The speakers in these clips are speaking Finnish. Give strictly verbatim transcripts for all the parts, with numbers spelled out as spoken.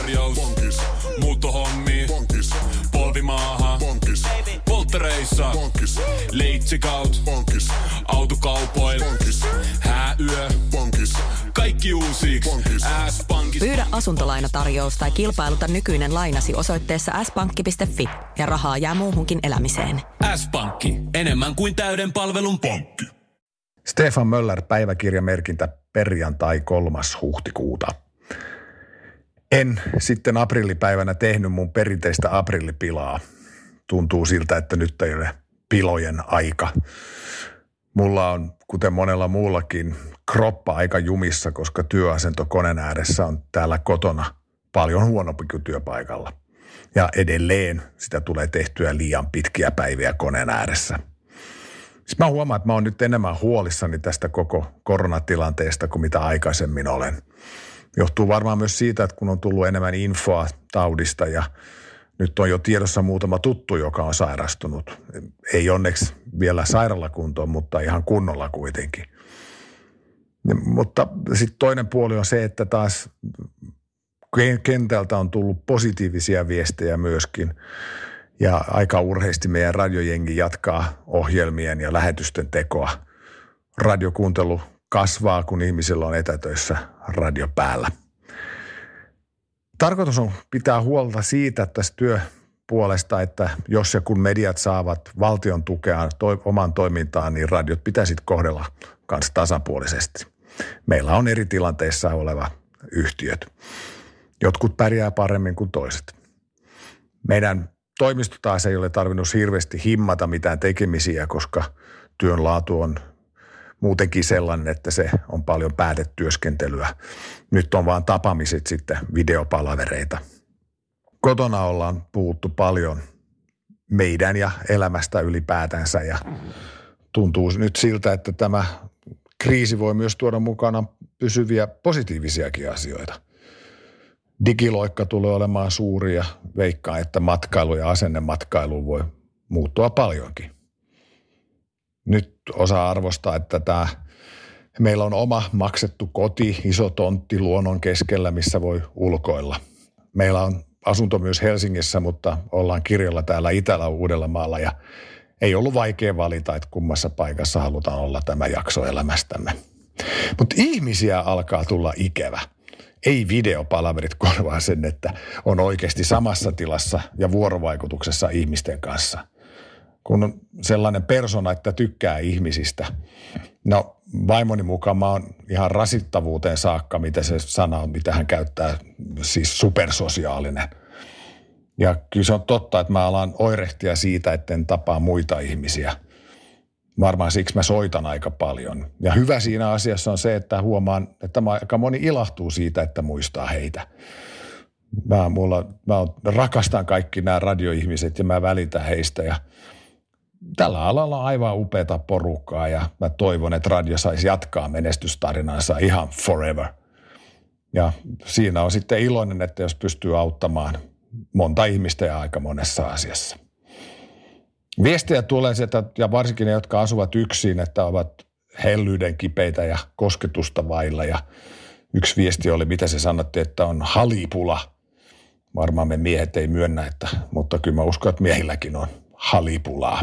tarjous. Bonkis. Muuttohommi. Bonkis. Polvimaaha. Bonkis. Polttereissa. Bonkis. Leitsikaut. Bonkis. Autokaupoil. Bonkis. Hääyö. Bonkis. Kaikki uusi. S-pankki. Pyydä asuntolainatarjous tai kilpailuta nykyinen lainasi osoitteessa s pankki piste fi ja rahaa jää muuhunkin elämiseen. S-pankki. Enemmän kuin täyden palvelun pankki. Stefan Möller, päiväkirjamerkintä perjantai kolmas huhtikuuta. En sitten aprillipäivänä tehnyt mun perinteistä aprillipilaa. Tuntuu siltä, että nyt ei ole pilojen aika. Mulla on, kuten monella muullakin, kroppa aika jumissa, koska työasento koneen ääressä on täällä kotona paljon huonompi kuin työpaikalla. Ja edelleen sitä tulee tehtyä liian pitkiä päiviä koneen ääressä. Siis mä huomaan, että mä oon nyt enemmän huolissani tästä koko koronatilanteesta kuin mitä aikaisemmin olen. Johtuu varmaan myös siitä, että kun on tullut enemmän infoa taudista ja nyt on jo tiedossa muutama tuttu, joka on sairastunut. Ei onneksi vielä sairaalakuntoon, mutta ihan kunnolla kuitenkin. Ja, mutta sitten toinen puoli on se, että taas kentältä on tullut positiivisia viestejä myöskin. Ja aika urheasti meidän radiojengi jatkaa ohjelmien ja lähetysten tekoa. Radiokuuntelu kasvaa, kun ihmisillä on etätöissä radio päällä. Tarkoitus on pitää huolta siitä tästä työpuolesta, että jos ja kun mediat saavat valtion tukea toi, oman toimintaan, niin radiot pitäisi kohdella myös tasapuolisesti. Meillä on eri tilanteissa oleva yhtiöt. Jotkut pärjää paremmin kuin toiset. Meidän toimisto taas ei ole tarvinnut hirveästi himmata mitään tekemisiä, koska työn laatu on muutenkin sellainen, että se on paljon päätetyöskentelyä. Nyt on vaan tapaamiset sitten videopalavereita. Kotona ollaan puhuttu paljon meidän ja elämästä ylipäätänsä ja tuntuu nyt siltä, että tämä kriisi voi myös tuoda mukana pysyviä positiivisiakin asioita. Digiloikka tulee olemaan suuri ja veikkaa, että matkailu ja asennematkailu voi muuttua paljonkin. Nyt osaa arvostaa, että tämä, meillä on oma maksettu koti, iso tontti luonnon keskellä, missä voi ulkoilla. Meillä on asunto myös Helsingissä, mutta ollaan kirjalla täällä Itä-Uudellamaalla ja ei ollut vaikea valita, että kummassa paikassa halutaan olla tämä jakso elämästämme. Mutta ihmisiä alkaa tulla ikävä. Ei videopalaverit korvaa sen, että on oikeasti samassa tilassa ja vuorovaikutuksessa ihmisten kanssa. Kun on sellainen persona, että tykkää ihmisistä. No vaimoni mukaan mä oon ihan rasittavuuteen saakka, mitä se sana on, mitä hän käyttää, siis supersosiaalinen. Ja kyllä se on totta, että mä alan oirehtia siitä, etten tapaa muita ihmisiä. Varmaan siksi mä soitan aika paljon. Ja hyvä siinä asiassa on se, että huomaan, että mä aika moni ilahtuu siitä, että muistaa heitä. Mä, mulla, mä rakastan kaikki nämä radioihmiset ja mä välitän heistä ja tällä alalla on aivan upeata porukkaa ja mä toivon, että radio saisi jatkaa menestystarinansa ihan forever. Ja siinä on sitten iloinen, että jos pystyy auttamaan monta ihmistä ja aika monessa asiassa. Viestejä tulee sieltä, ja varsinkin ne, jotka asuvat yksin, että ovat hellyyden kipeitä ja kosketusta vailla. Ja yksi viesti oli, mitä se sanottiin, että on halipula. Varmaan me miehet ei myönnä, että, mutta kyllä mä uskon, että miehilläkin on halipulaa.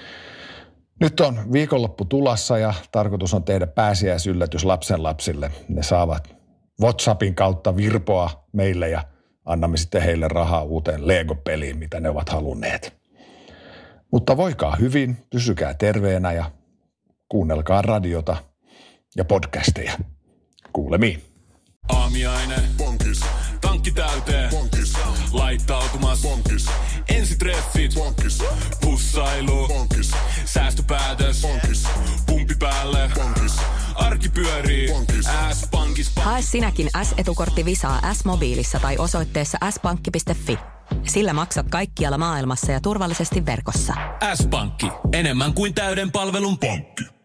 Nyt on viikonloppu tulassa ja tarkoitus on tehdä pääsiäisyllätys lapsenlapsille. Ne saavat WhatsAppin kautta virpoa meille ja annamme sitten heille rahaa uuteen Lego-peliin, mitä ne ovat halunneet. Mutta voikaa hyvin, pysykää terveenä ja kuunnelkaa radiota ja podcasteja. Kuulemiin. Aamiainen. Bonkis. Tankki täyteen. Bonkis. Laittautumas. Bonkis. Ensitreffit. Bonkis. Pussailu. Bonkis. Säästöpäätös. Bonkis. Pumpi päälle. Bonkis. Arki pyörii. Bonkis. S-pankis. Hae sinäkin S-etukortti Visaa S-mobiilissa tai osoitteessa s pankki piste fi. Sillä maksat kaikkialla maailmassa ja turvallisesti verkossa. S-pankki. Enemmän kuin täyden palvelun pankki.